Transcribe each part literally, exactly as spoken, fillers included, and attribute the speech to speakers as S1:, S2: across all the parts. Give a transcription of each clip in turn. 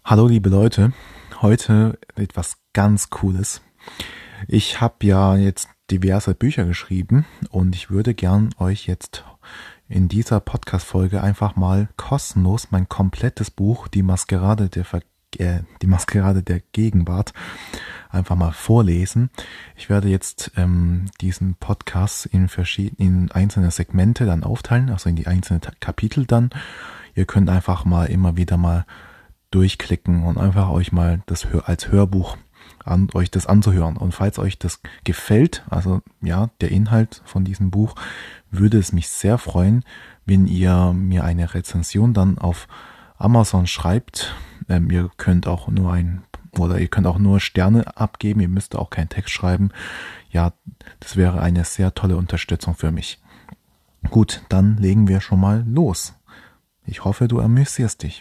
S1: Hallo liebe Leute, heute etwas ganz Cooles. Ich habe ja jetzt diverse Bücher geschrieben und ich würde gern euch jetzt in dieser Podcast-Folge einfach mal kostenlos mein komplettes Buch, die Maskerade der Ver äh, die Maskerade der Gegenwart, einfach mal vorlesen. Ich werde jetzt ähm, diesen Podcast in verschiedene, in einzelne Segmente dann aufteilen, also in die einzelnen Kapitel dann. Ihr könnt einfach mal immer wieder mal durchklicken und einfach euch mal das Hör als Hörbuch an euch das anzuhören. Und falls euch das gefällt, also ja, der Inhalt von diesem Buch, würde es mich sehr freuen, wenn ihr mir eine Rezension dann auf Amazon schreibt. Ähm, ihr könnt auch nur ein oder ihr könnt auch nur Sterne abgeben, ihr müsst auch keinen Text schreiben. Ja, das wäre eine sehr tolle Unterstützung für mich. Gut, dann legen wir schon mal los. Ich hoffe, du amüsierst dich.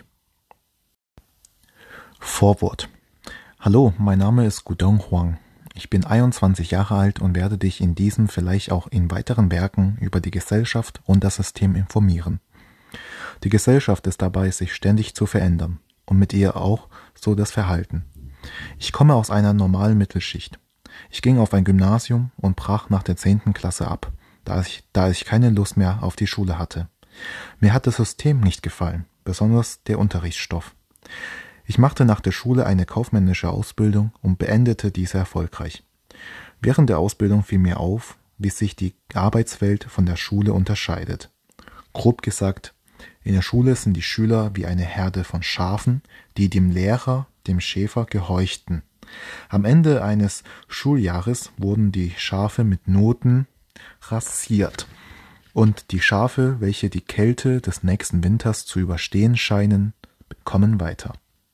S1: Vorwort. Hallo, mein Name ist Gudong Huang. Ich bin einundzwanzig Jahre alt und werde dich in diesem, vielleicht auch in weiteren Werken über die Gesellschaft und das System informieren. Die Gesellschaft ist dabei, sich ständig zu verändern und mit ihr auch so das Verhalten. Ich komme aus einer normalen Mittelschicht. Ich ging auf ein Gymnasium und brach nach der zehnten Klasse ab, da ich, da ich keine Lust mehr auf die Schule hatte. Mir hat das System nicht gefallen, besonders der Unterrichtsstoff. Ich machte nach der Schule eine kaufmännische Ausbildung und beendete diese erfolgreich. Während der Ausbildung fiel mir auf, wie sich die Arbeitswelt von der Schule unterscheidet. Grob gesagt, in der Schule sind die Schüler wie eine Herde von Schafen, die dem Lehrer, dem Schäfer, gehorchten. Am Ende eines Schuljahres wurden die Schafe mit Noten rasiert. Und die Schafe, welche die Kälte des nächsten Winters zu überstehen scheinen, kommen weiter.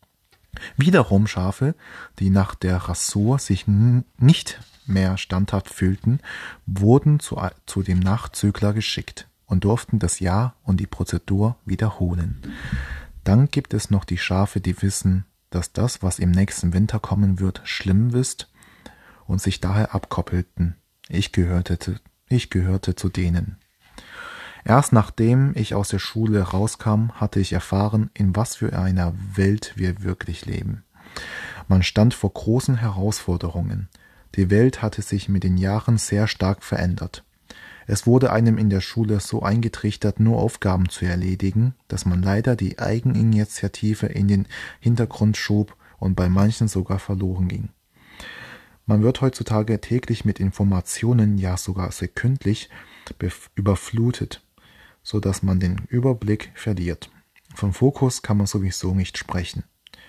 S1: Wiederum Schafe, die nach der Rasur sich n- nicht mehr standhaft fühlten, wurden zu, zu dem Nachzügler geschickt und durften das Jahr und die Prozedur wiederholen. Dann gibt es noch die Schafe, die wissen, dass das, was im nächsten Winter kommen wird, schlimm ist und sich daher abkoppelten. Ich gehörte, ich gehörte zu denen. Erst nachdem ich aus der Schule rauskam, hatte ich erfahren, in was für einer Welt wir wirklich leben. Man stand vor großen Herausforderungen. Die Welt hatte sich mit den Jahren sehr stark verändert. Es wurde einem in der Schule so eingetrichtert, nur Aufgaben zu erledigen, dass man leider die Eigeninitiative in den Hintergrund schob und bei manchen sogar verloren ging. Man wird heutzutage täglich mit Informationen, ja sogar sekündlich, überflutet, so dass man den Überblick verliert. Vom Fokus kann man sowieso nicht sprechen.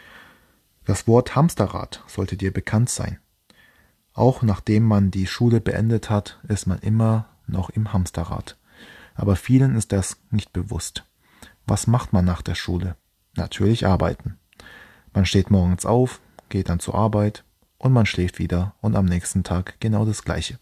S1: Das Wort Hamsterrad sollte dir bekannt sein. Auch nachdem man die Schule beendet hat, ist man immer noch im Hamsterrad. Aber vielen ist das nicht bewusst. Was macht man nach der Schule? Natürlich arbeiten. Man steht morgens auf, geht dann zur Arbeit und man schläft wieder und am nächsten Tag genau das Gleiche.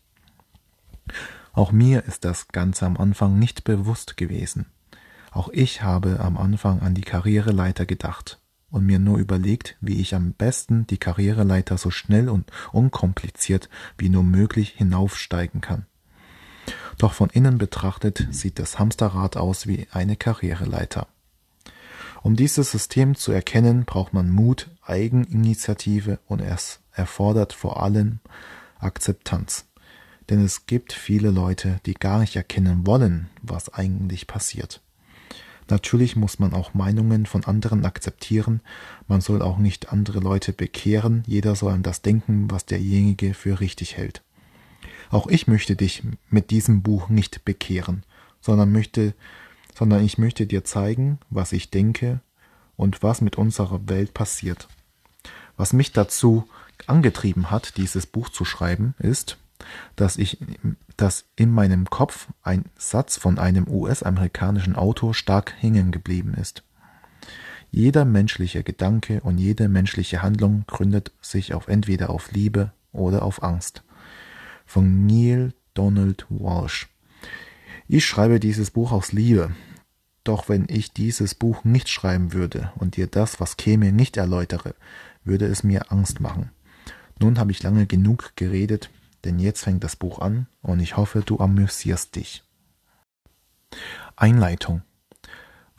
S1: Auch mir ist das Ganze am Anfang nicht bewusst gewesen. Auch ich habe am Anfang an die Karriereleiter gedacht und mir nur überlegt, wie ich am besten die Karriereleiter so schnell und unkompliziert wie nur möglich hinaufsteigen kann. Doch von innen betrachtet sieht das Hamsterrad aus wie eine Karriereleiter. Um dieses System zu erkennen, braucht man Mut, Eigeninitiative und es erfordert vor allem Akzeptanz. Denn es gibt viele Leute, die gar nicht erkennen wollen, was eigentlich passiert. Natürlich muss man auch Meinungen von anderen akzeptieren. Man soll auch nicht andere Leute bekehren. Jeder soll an das denken, was derjenige für richtig hält. Auch ich möchte dich mit diesem Buch nicht bekehren, sondern möchte, sondern ich möchte dir zeigen, was ich denke und was mit unserer Welt passiert. Was mich dazu angetrieben hat, dieses Buch zu schreiben, ist, dass ich, dass in meinem Kopf ein Satz von einem U S-amerikanischen Autor stark hängen geblieben ist. Jeder menschliche Gedanke und jede menschliche Handlung gründet sich auf entweder auf Liebe oder auf Angst. Von Neil Donald Walsch. Ich schreibe dieses Buch aus Liebe. Doch wenn ich dieses Buch nicht schreiben würde und dir das, was käme, nicht erläutere, würde es mir Angst machen. Nun habe ich lange genug geredet, denn jetzt fängt das Buch an und ich hoffe, du amüsierst dich. Einleitung.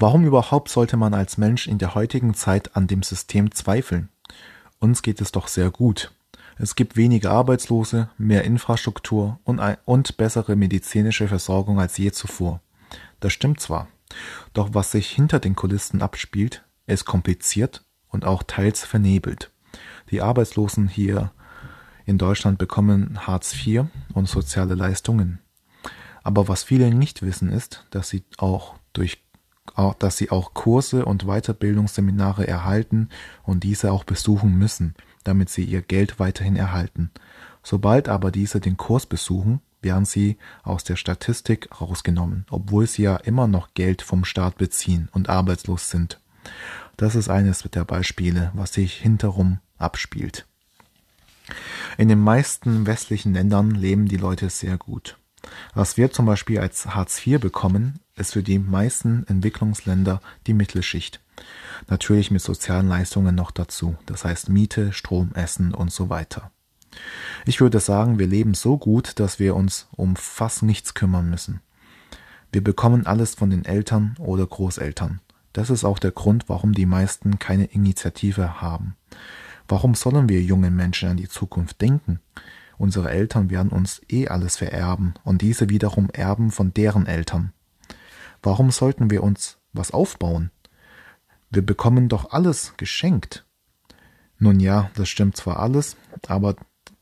S1: Warum überhaupt sollte man als Mensch in der heutigen Zeit an dem System zweifeln? Uns geht es doch sehr gut. Es gibt weniger Arbeitslose, mehr Infrastruktur und, ein, und bessere medizinische Versorgung als je zuvor. Das stimmt zwar, doch was sich hinter den Kulissen abspielt, ist kompliziert und auch teils vernebelt. Die Arbeitslosen hier in Deutschland bekommen Hartz vier und soziale Leistungen. Aber was viele nicht wissen ist, dass sie auch durch dass sie auch Kurse und Weiterbildungsseminare erhalten und diese auch besuchen müssen, damit sie ihr Geld weiterhin erhalten. Sobald aber diese den Kurs besuchen, werden sie aus der Statistik rausgenommen, obwohl sie ja immer noch Geld vom Staat beziehen und arbeitslos sind. Das ist eines der Beispiele, was sich hinterrum abspielt. In den meisten westlichen Ländern leben die Leute sehr gut. Was wir zum Beispiel als Hartz vier bekommen, ist für die meisten Entwicklungsländer die Mittelschicht. Natürlich mit sozialen Leistungen noch dazu, das heißt Miete, Strom, Essen und so weiter. Ich würde sagen, wir leben so gut, dass wir uns um fast nichts kümmern müssen. Wir bekommen alles von den Eltern oder Großeltern. Das ist auch der Grund, warum die meisten keine Initiative haben. Warum sollen wir jungen Menschen an die Zukunft denken? Unsere Eltern werden uns eh alles vererben und diese wiederum erben von deren Eltern. Warum sollten wir uns was aufbauen? Wir bekommen doch alles geschenkt. Nun ja, das stimmt zwar alles, aber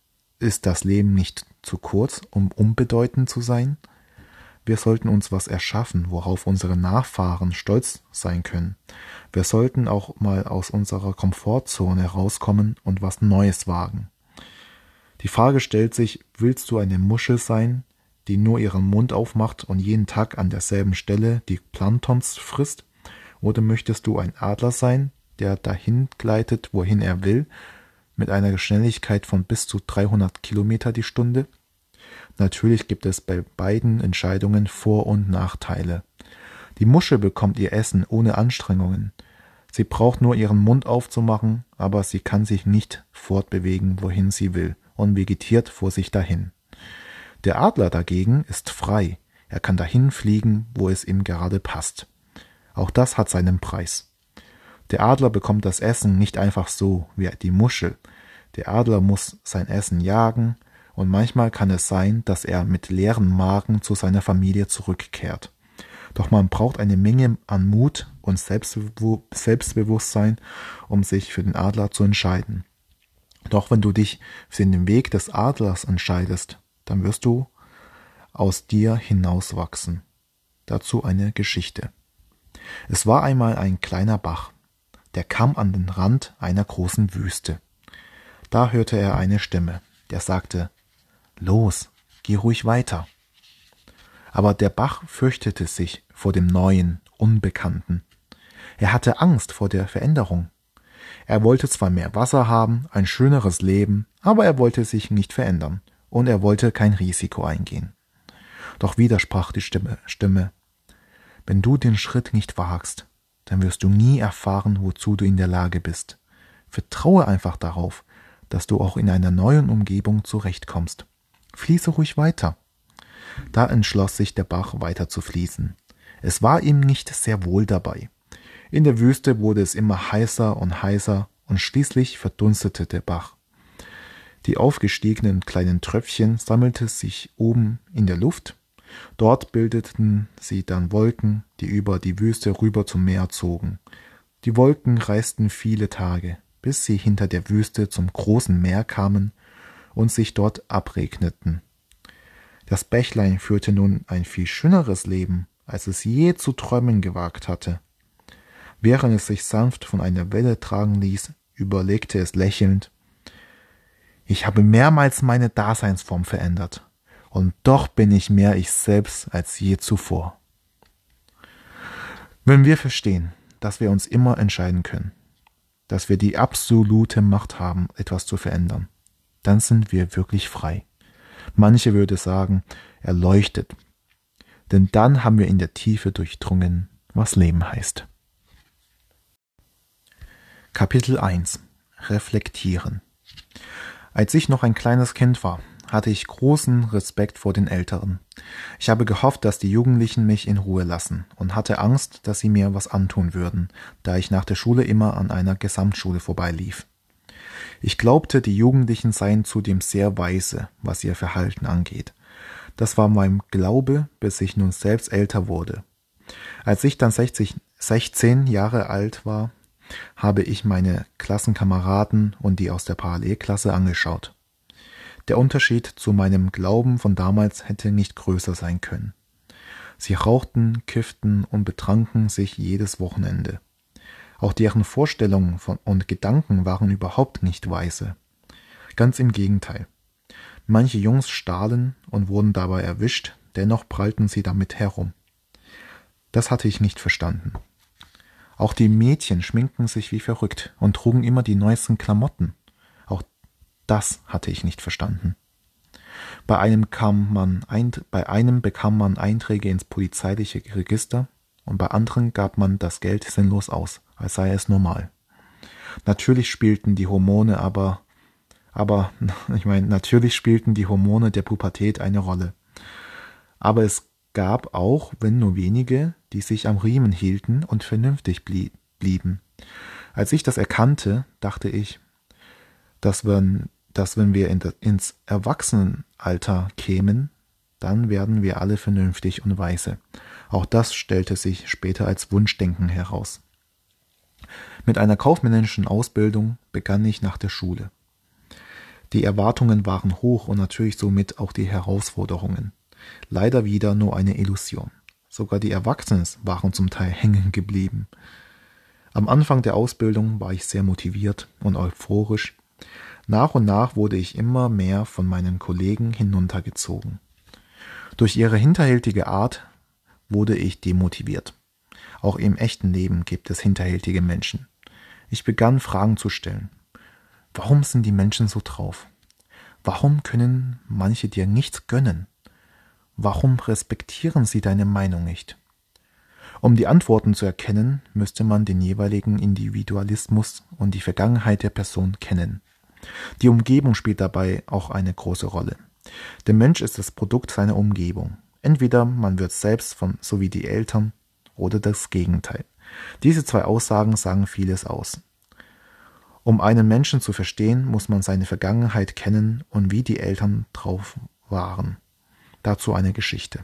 S1: ist das Leben nicht zu kurz, um unbedeutend zu sein? Wir sollten uns was erschaffen, worauf unsere Nachfahren stolz sein können. Wir sollten auch mal aus unserer Komfortzone herauskommen und was Neues wagen. Die Frage stellt sich, willst du eine Muschel sein, die nur ihren Mund aufmacht und jeden Tag an derselben Stelle die Planktons frisst? Oder möchtest du ein Adler sein, der dahin gleitet, wohin er will, mit einer Geschwindigkeit von bis zu dreihundert Kilometer die Stunde? Natürlich gibt es bei beiden Entscheidungen Vor- und Nachteile. Die Muschel bekommt ihr Essen ohne Anstrengungen. Sie braucht nur ihren Mund aufzumachen, aber sie kann sich nicht fortbewegen, wohin sie will, und vegetiert vor sich dahin. Der Adler dagegen ist frei. Er kann dahin fliegen, wo es ihm gerade passt. Auch das hat seinen Preis. Der Adler bekommt das Essen nicht einfach so wie die Muschel. Der Adler muss sein Essen jagen und manchmal kann es sein, dass er mit leeren Magen zu seiner Familie zurückkehrt. Doch man braucht eine Menge an Mut und Selbstbewu- Selbstbewusstsein, um sich für den Adler zu entscheiden. Doch wenn du dich für den Weg des Adlers entscheidest, dann wirst du aus dir hinauswachsen. Dazu eine Geschichte. Es war einmal ein kleiner Bach, der kam an den Rand einer großen Wüste. Da hörte er eine Stimme, der sagte: Los, geh ruhig weiter. Aber der Bach fürchtete sich vor dem Neuen, Unbekannten. Er hatte Angst vor der Veränderung. Er wollte zwar mehr Wasser haben, ein schöneres Leben, aber er wollte sich nicht verändern und er wollte kein Risiko eingehen. Doch wieder sprach die Stimme, Stimme: Wenn du den Schritt nicht wagst, dann wirst du nie erfahren, wozu du in der Lage bist. Vertraue einfach darauf, dass du auch in einer neuen Umgebung zurechtkommst. Fließe ruhig weiter. Da entschloss sich der Bach weiter zu fließen. Es war ihm nicht sehr wohl dabei. In der Wüste wurde es immer heißer und heißer und schließlich verdunstete der Bach. Die aufgestiegenen kleinen Tröpfchen sammelten sich oben in der Luft. Dort bildeten sie dann Wolken, die über die Wüste rüber zum Meer zogen. Die Wolken reisten viele Tage, bis sie hinter der Wüste zum großen Meer kamen und sich dort abregneten. Das Bächlein führte nun ein viel schöneres Leben, als es je zu träumen gewagt hatte. Während es sich sanft von einer Welle tragen ließ, überlegte es lächelnd: Ich habe mehrmals meine Daseinsform verändert, und doch bin ich mehr ich selbst als je zuvor. Wenn wir verstehen, dass wir uns immer entscheiden können, dass wir die absolute Macht haben, etwas zu verändern, dann sind wir wirklich frei. Manche würde sagen, erleuchtet, denn dann haben wir in der Tiefe durchdrungen, was Leben heißt. Kapitel eins. Reflektieren. Als ich noch ein kleines Kind war, hatte ich großen Respekt vor den Älteren. Ich habe gehofft, dass die Jugendlichen mich in Ruhe lassen und hatte Angst, dass sie mir was antun würden, da ich nach der Schule immer an einer Gesamtschule vorbeilief. Ich glaubte, die Jugendlichen seien zudem sehr weise, was ihr Verhalten angeht. Das war mein Glaube, bis ich nun selbst älter wurde. Als ich dann sechzig, sechzehn Jahre alt war, habe ich meine Klassenkameraden und die aus der Parallelklasse angeschaut. Der Unterschied zu meinem Glauben von damals hätte nicht größer sein können. Sie rauchten, kifften und betranken sich jedes Wochenende. Auch deren Vorstellungen von und Gedanken waren überhaupt nicht weise. Ganz im Gegenteil. Manche Jungs stahlen und wurden dabei erwischt, dennoch prallten sie damit herum. Das hatte ich nicht verstanden. Auch die Mädchen schminkten sich wie verrückt und trugen immer die neuesten Klamotten. Auch das hatte ich nicht verstanden. Bei einem, kam man ein, bei einem bekam man Einträge ins polizeiliche Register und bei anderen gab man das Geld sinnlos aus, als sei es normal. Natürlich spielten die Hormone aber, aber, ich meine, natürlich spielten die Hormone der Pubertät eine Rolle. Aber es gab auch, wenn nur wenige, die sich am Riemen hielten und vernünftig blieben. Als ich das erkannte, dachte ich, dass wenn, dass wenn wir in das, ins Erwachsenenalter kämen, dann werden wir alle vernünftig und weise. Auch das stellte sich später als Wunschdenken heraus. Mit einer kaufmännischen Ausbildung begann ich nach der Schule. Die Erwartungen waren hoch und natürlich somit auch die Herausforderungen. Leider wieder nur eine Illusion. Sogar die Erwachsenen waren zum Teil hängen geblieben. Am Anfang der Ausbildung war ich sehr motiviert und euphorisch. Nach und nach wurde ich immer mehr von meinen Kollegen hinuntergezogen. Durch ihre hinterhältige Art wurde ich demotiviert. Auch im echten Leben gibt es hinterhältige Menschen. Ich begann Fragen zu stellen. Warum sind die Menschen so drauf? Warum können manche dir nichts gönnen? Warum respektieren sie deine Meinung nicht? Um die Antworten zu erkennen, müsste man den jeweiligen Individualismus und die Vergangenheit der Person kennen. Die Umgebung spielt dabei auch eine große Rolle. Der Mensch ist das Produkt seiner Umgebung. Entweder man wird selbst von, so wie die Eltern, oder das Gegenteil. Diese zwei Aussagen sagen vieles aus. Um einen Menschen zu verstehen, muss man seine Vergangenheit kennen und wie die Eltern drauf waren. Dazu eine Geschichte.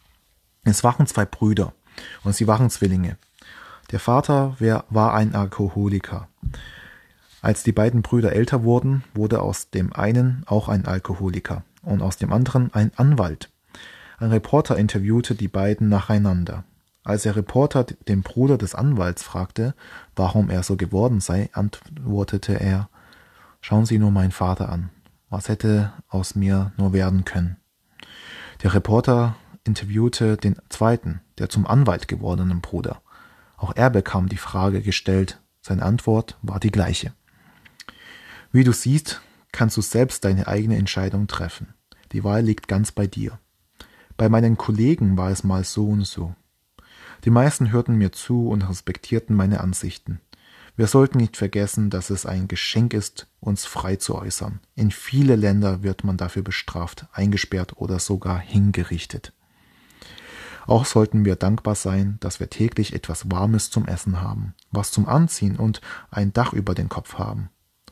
S1: Es waren zwei Brüder und sie waren Zwillinge. Der Vater war ein Alkoholiker. Als die beiden Brüder älter wurden, wurde aus dem einen auch ein Alkoholiker und aus dem anderen ein Anwalt. Ein Reporter interviewte die beiden nacheinander. Als der Reporter den Bruder des Anwalts fragte, warum er so geworden sei, antwortete er, »Schauen Sie nur meinen Vater an. Was hätte aus mir nur werden können?« Der Reporter interviewte den zweiten, der zum Anwalt gewordenen Bruder. Auch er bekam die Frage gestellt. Seine Antwort war die gleiche. Wie du siehst, kannst du selbst deine eigene Entscheidung treffen. Die Wahl liegt ganz bei dir. Bei meinen Kollegen war es mal so und so. Die meisten hörten mir zu und respektierten meine Ansichten. Wir sollten nicht vergessen, dass es ein Geschenk ist, uns frei zu äußern. In viele Länder wird man dafür bestraft, eingesperrt oder sogar hingerichtet. Auch sollten wir dankbar sein, dass wir täglich etwas Warmes zum Essen haben, was zum Anziehen und ein Dach über den Kopf haben.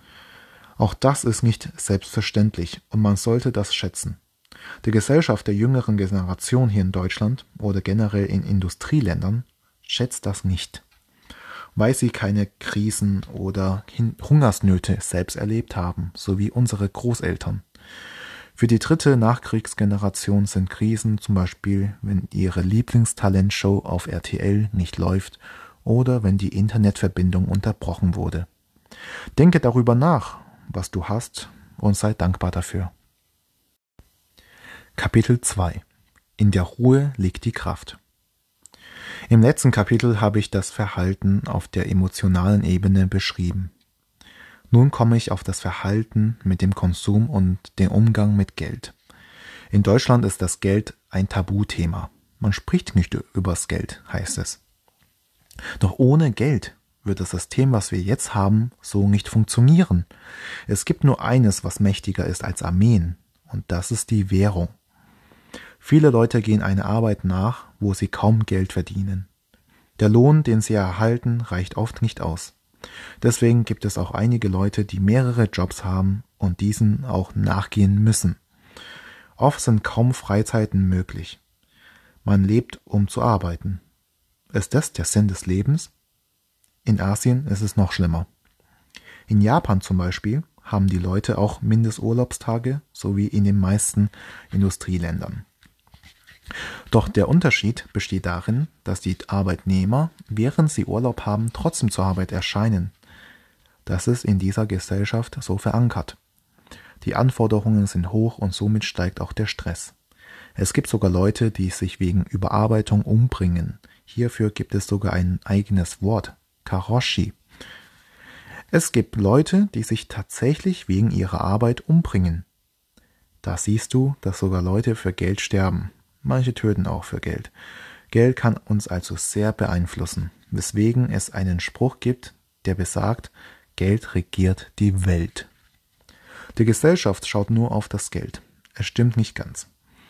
S1: Auch das ist nicht selbstverständlich und man sollte das schätzen. Die Gesellschaft der jüngeren Generation hier in Deutschland oder generell in Industrieländern schätzt das nicht, weil sie keine Krisen oder Hungersnöte selbst erlebt haben, so wie unsere Großeltern. Für die dritte Nachkriegsgeneration sind Krisen zum Beispiel, wenn ihre Lieblingstalentshow auf R T L nicht läuft oder wenn die Internetverbindung unterbrochen wurde. Denke darüber nach, was du hast und sei dankbar dafür. Kapitel zwei. In der Ruhe liegt die Kraft. Im letzten Kapitel habe ich das Verhalten auf der emotionalen Ebene beschrieben. Nun komme ich auf das Verhalten mit dem Konsum und den Umgang mit Geld. In Deutschland ist das Geld ein Tabuthema. Man spricht nicht übers Geld, heißt es. Doch ohne Geld wird das System, was wir jetzt haben, so nicht funktionieren. Es gibt nur eines, was mächtiger ist als Armeen, und das ist die Währung. Viele Leute gehen einer Arbeit nach, wo sie kaum Geld verdienen. Der Lohn, den sie erhalten, reicht oft nicht aus. Deswegen gibt es auch einige Leute, die mehrere Jobs haben und diesen auch nachgehen müssen. Oft sind kaum Freizeiten möglich. Man lebt, um zu arbeiten. Ist das der Sinn des Lebens? In Asien ist es noch schlimmer. In Japan zum Beispiel haben die Leute auch Mindesturlaubstage, so wie in den meisten Industrieländern. Doch der Unterschied besteht darin, dass die Arbeitnehmer, während sie Urlaub haben, trotzdem zur Arbeit erscheinen. Das ist in dieser Gesellschaft so verankert. Die Anforderungen sind hoch und somit steigt auch der Stress. Es gibt sogar Leute, die sich wegen Überarbeitung umbringen. Hierfür gibt es sogar ein eigenes Wort, Karoshi. Es gibt Leute, die sich tatsächlich wegen ihrer Arbeit umbringen. Da siehst du, dass sogar Leute für Geld sterben. Manche töten auch für Geld. Geld kann uns also sehr beeinflussen, weswegen es einen Spruch gibt, der besagt, Geld regiert die Welt. Die Gesellschaft schaut nur auf das Geld. Es stimmt nicht ganz.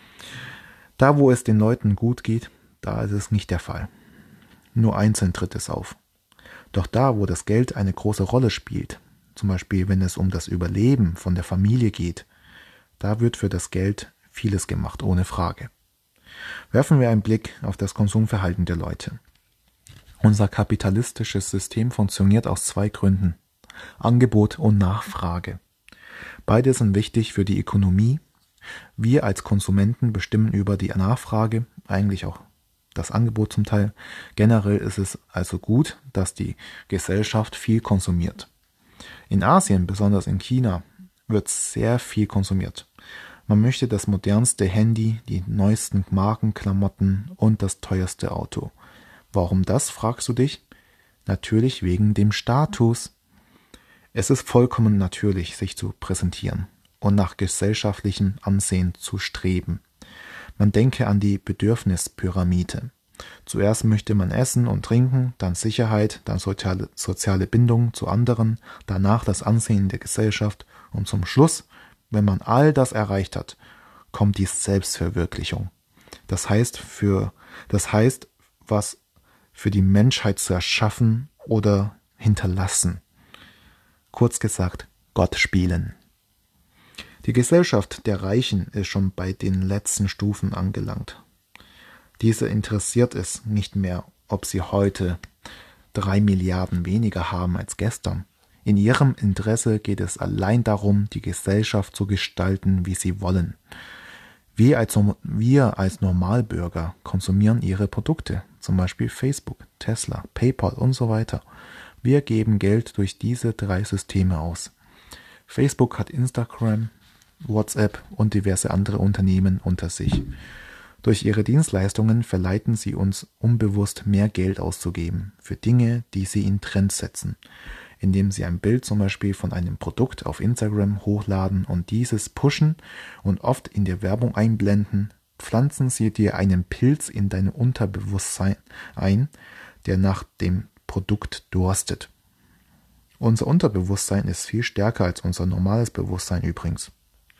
S1: Da, wo es den Leuten gut geht, da ist es nicht der Fall. Nur einzeln tritt es auf. Doch da, wo das Geld eine große Rolle spielt, zum Beispiel wenn es um das Überleben von der Familie geht, da wird für das Geld vieles gemacht, ohne Frage. Werfen wir einen Blick auf das Konsumverhalten der Leute. Unser kapitalistisches System funktioniert aus zwei Gründen: Angebot und Nachfrage. Beide sind wichtig für die Ökonomie. Wir als Konsumenten bestimmen über die Nachfrage, eigentlich auch das Angebot zum Teil. Generell ist es also gut, dass die Gesellschaft viel konsumiert. In Asien, besonders in China, wird sehr viel konsumiert. Man möchte das modernste Handy, die neuesten Markenklamotten und das teuerste Auto. Warum das, fragst du dich? Natürlich wegen dem Status. Es ist vollkommen natürlich, sich zu präsentieren und nach gesellschaftlichem Ansehen zu streben. Man denke an die Bedürfnispyramide. Zuerst möchte man essen und trinken, dann Sicherheit, dann soziale, soziale Bindung zu anderen, danach das Ansehen der Gesellschaft und zum Schluss, wenn man all das erreicht hat, kommt die Selbstverwirklichung. Das heißt, für, das heißt, was für die Menschheit zu erschaffen oder hinterlassen. Kurz gesagt, Gott spielen. Die Gesellschaft der Reichen ist schon bei den letzten Stufen angelangt. Diese interessiert es nicht mehr, ob sie heute drei Milliarden weniger haben als gestern. In ihrem Interesse geht es allein darum, die Gesellschaft zu gestalten, wie sie wollen. Wir als, wir als Normalbürger konsumieren ihre Produkte, zum Beispiel Facebook, Tesla, PayPal und so weiter. Wir geben Geld durch diese drei Systeme aus. Facebook hat Instagram, WhatsApp und diverse andere Unternehmen unter sich. Durch ihre Dienstleistungen verleiten sie uns unbewusst mehr Geld auszugeben für Dinge, die sie in Trend setzen, indem sie ein Bild zum Beispiel von einem Produkt auf Instagram hochladen und dieses pushen und oft in der Werbung einblenden, pflanzen sie dir einen Pilz in dein Unterbewusstsein ein, der nach dem Produkt durstet. Unser Unterbewusstsein ist viel stärker als unser normales Bewusstsein übrigens.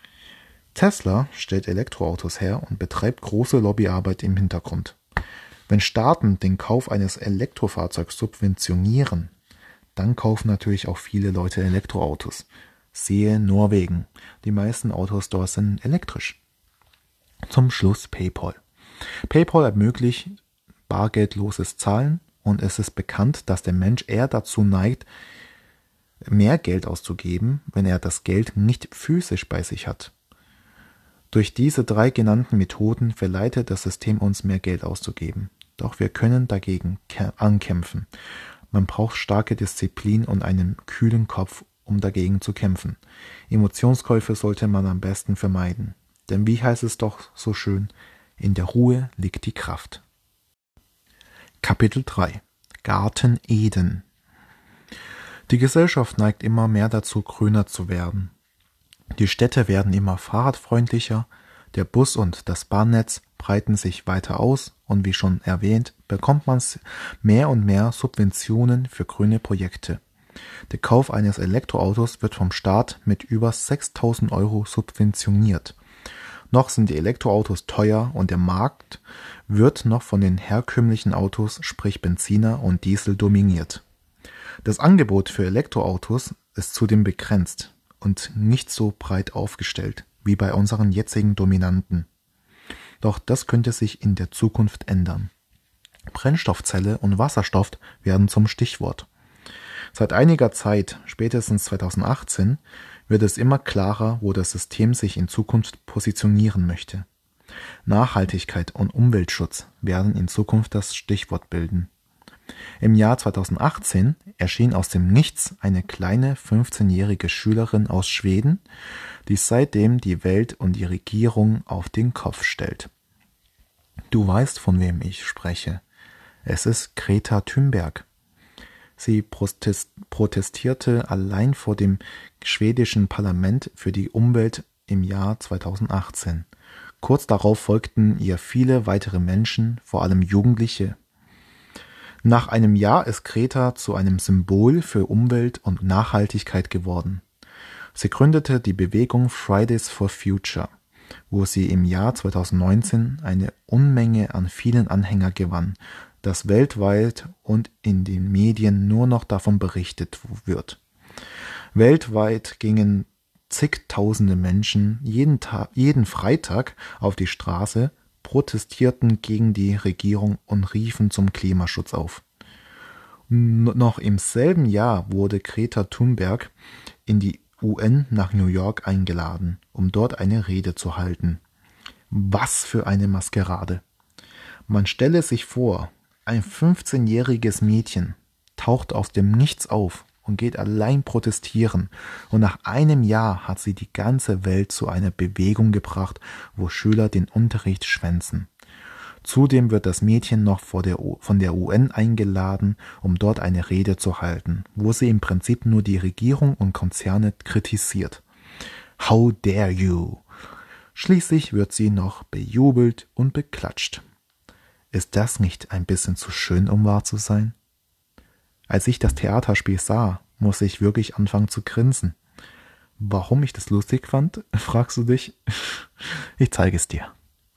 S1: Tesla stellt Elektroautos her und betreibt große Lobbyarbeit im Hintergrund. Wenn Staaten den Kauf eines Elektrofahrzeugs subventionieren, dann kaufen natürlich auch viele Leute Elektroautos. Siehe Norwegen. Die meisten Autos dort sind elektrisch. Zum Schluss PayPal. PayPal ermöglicht bargeldloses Zahlen und es ist bekannt, dass der Mensch eher dazu neigt, mehr Geld auszugeben, wenn er das Geld nicht physisch bei sich hat. Durch diese drei genannten Methoden verleitet das System uns, mehr Geld auszugeben. Doch wir können dagegen ankämpfen. Man braucht starke Disziplin und einen kühlen Kopf, um dagegen zu kämpfen. Emotionskäufe sollte man am besten vermeiden. Denn wie heißt es doch so schön, in der Ruhe liegt die Kraft. Kapitel drei. Garten Eden. Die Gesellschaft neigt immer mehr dazu, grüner zu werden. Die Städte werden immer fahrradfreundlicher, der Bus- und das Bahnnetz breiten sich weiter aus und wie schon erwähnt, bekommt man mehr und mehr Subventionen für grüne Projekte. Der Kauf eines Elektroautos wird vom Staat mit über sechstausend Euro subventioniert. Noch sind die Elektroautos teuer und der Markt wird noch von den herkömmlichen Autos, sprich Benziner und Diesel, dominiert. Das Angebot für Elektroautos ist zudem begrenzt und nicht so breit aufgestellt wie bei unseren jetzigen Dominanten. Doch das könnte sich in der Zukunft ändern. Brennstoffzelle und Wasserstoff werden zum Stichwort. Seit einiger Zeit, spätestens zweitausendachtzehn, wird es immer klarer, wo das System sich in Zukunft positionieren möchte. Nachhaltigkeit und Umweltschutz werden in Zukunft das Stichwort bilden. Im Jahr zweitausendachtzehn erschien aus dem Nichts eine kleine fünfzehnjährige Schülerin aus Schweden, die seitdem die Welt und die Regierung auf den Kopf stellt. Du weißt, von wem ich spreche. Es ist Greta Thunberg. Sie protest- protestierte allein vor dem schwedischen Parlament für die Umwelt im Jahr zweitausendachtzehn. Kurz darauf folgten ihr viele weitere Menschen, vor allem Jugendliche. Nach einem Jahr ist Greta zu einem Symbol für Umwelt und Nachhaltigkeit geworden. Sie gründete die Bewegung Fridays for Future, wo sie im Jahr zweitausendneunzehn eine Unmenge an vielen Anhänger gewann, dass weltweit und in den Medien nur noch davon berichtet wird. Weltweit gingen zigtausende Menschen jeden, Tag, jeden Freitag auf die Straße, protestierten gegen die Regierung und riefen zum Klimaschutz auf. Noch im selben Jahr wurde Greta Thunberg in die U N nach New York eingeladen, um dort eine Rede zu halten. Was für eine Maskerade! Man stelle sich vor, ein fünfzehnjähriges Mädchen taucht aus dem Nichts auf und geht allein protestieren, und nach einem Jahr hat sie die ganze Welt zu einer Bewegung gebracht, wo Schüler den Unterricht schwänzen. Zudem wird das Mädchen noch vor der U- von der U N eingeladen, um dort eine Rede zu halten, wo sie im Prinzip nur die Regierung und Konzerne kritisiert. How dare you! Schließlich wird sie noch bejubelt und beklatscht. Ist das nicht ein bisschen zu schön, um wahr zu sein? Als ich das Theaterspiel sah, musste ich wirklich anfangen zu grinsen. Warum ich das lustig fand, fragst du dich? Ich zeige es dir.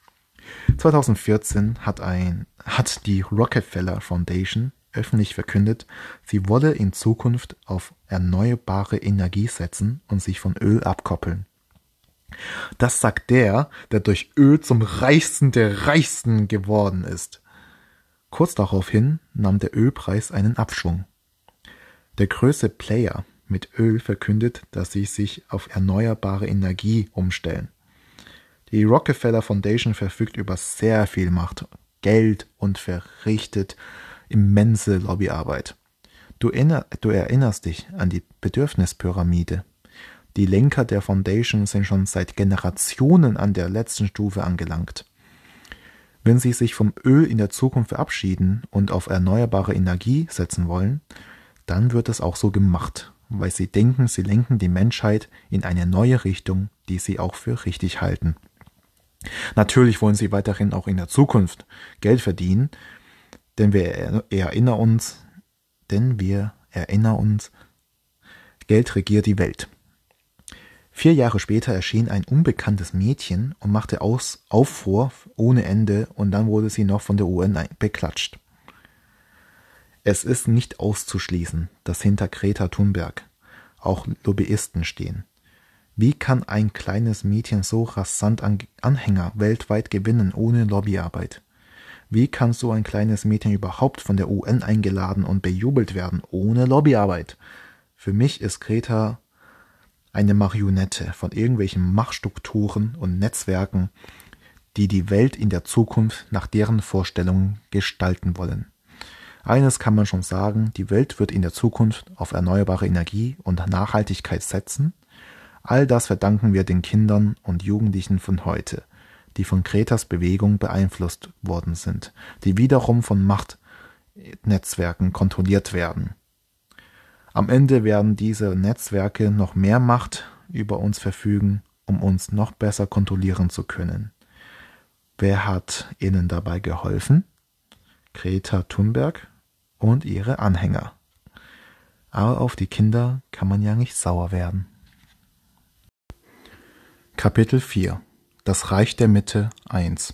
S1: zweitausendvierzehn hat, ein, hat die Rockefeller Foundation öffentlich verkündet, sie wolle in Zukunft auf erneuerbare Energie setzen und sich von Öl abkoppeln. Das sagt der, der durch Öl zum Reichsten der Reichsten geworden ist. Kurz daraufhin nahm der Ölpreis einen Abschwung. Der größte Player mit Öl verkündet, dass sie sich auf erneuerbare Energie umstellen. Die Rockefeller Foundation verfügt über sehr viel Macht, Geld und verrichtet immense Lobbyarbeit. Du, erinner, du erinnerst dich an die Bedürfnispyramide. Die Lenker der Foundation sind schon seit Generationen an der letzten Stufe angelangt. Wenn sie sich vom Öl in der Zukunft verabschieden und auf erneuerbare Energie setzen wollen, dann wird es auch so gemacht, weil sie denken, sie lenken die Menschheit in eine neue Richtung, die sie auch für richtig halten. Natürlich wollen sie weiterhin auch in der Zukunft Geld verdienen, denn wir erinnern uns, denn wir erinnern uns, Geld regiert die Welt. Vier Jahre später erschien ein unbekanntes Mädchen und machte aus Aufruhr ohne Ende, und dann wurde sie noch von der U N beklatscht. Es ist nicht auszuschließen, dass hinter Greta Thunberg auch Lobbyisten stehen. Wie kann ein kleines Mädchen so rasant Anhänger weltweit gewinnen ohne Lobbyarbeit? Wie kann so ein kleines Mädchen überhaupt von der U N eingeladen und bejubelt werden ohne Lobbyarbeit? Für mich ist Greta eine Marionette von irgendwelchen Machtstrukturen und Netzwerken, die die Welt in der Zukunft nach deren Vorstellungen gestalten wollen. Eines kann man schon sagen, die Welt wird in der Zukunft auf erneuerbare Energie und Nachhaltigkeit setzen. All das verdanken wir den Kindern und Jugendlichen von heute, die von Gretas Bewegung beeinflusst worden sind, die wiederum von Machtnetzwerken kontrolliert werden. Am Ende werden diese Netzwerke noch mehr Macht über uns verfügen, um uns noch besser kontrollieren zu können. Wer hat ihnen dabei geholfen? Greta Thunberg und ihre Anhänger. Aber auf die Kinder kann man ja nicht sauer werden. Kapitel vier. Das Reich der Mitte eins.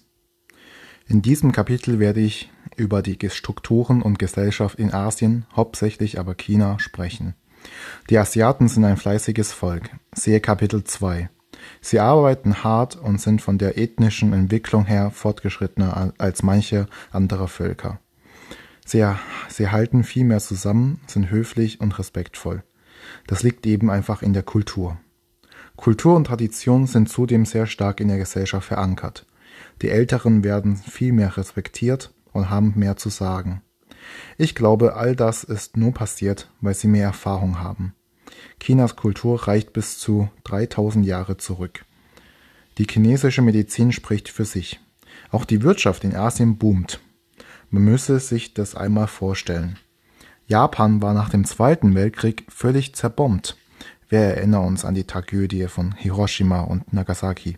S1: In diesem Kapitel werde ich über die Strukturen und Gesellschaft in Asien, hauptsächlich aber China, sprechen. Die Asiaten sind ein fleißiges Volk. Siehe Kapitel zwei. Sie arbeiten hart und sind von der ethnischen Entwicklung her fortgeschrittener als manche andere Völker. Sie, sie halten viel mehr zusammen, sind höflich und respektvoll. Das liegt eben einfach in der Kultur. Kultur und Tradition sind zudem sehr stark in der Gesellschaft verankert. Die Älteren werden viel mehr respektiert und haben mehr zu sagen. Ich glaube, all das ist nur passiert, weil sie mehr Erfahrung haben. Chinas Kultur reicht bis zu dreitausend Jahre zurück. Die chinesische Medizin spricht für sich. Auch die Wirtschaft in Asien boomt. Man müsse sich das einmal vorstellen. Japan war nach dem Zweiten Weltkrieg völlig zerbombt. Wir erinnern uns an die Tragödie von Hiroshima und Nagasaki.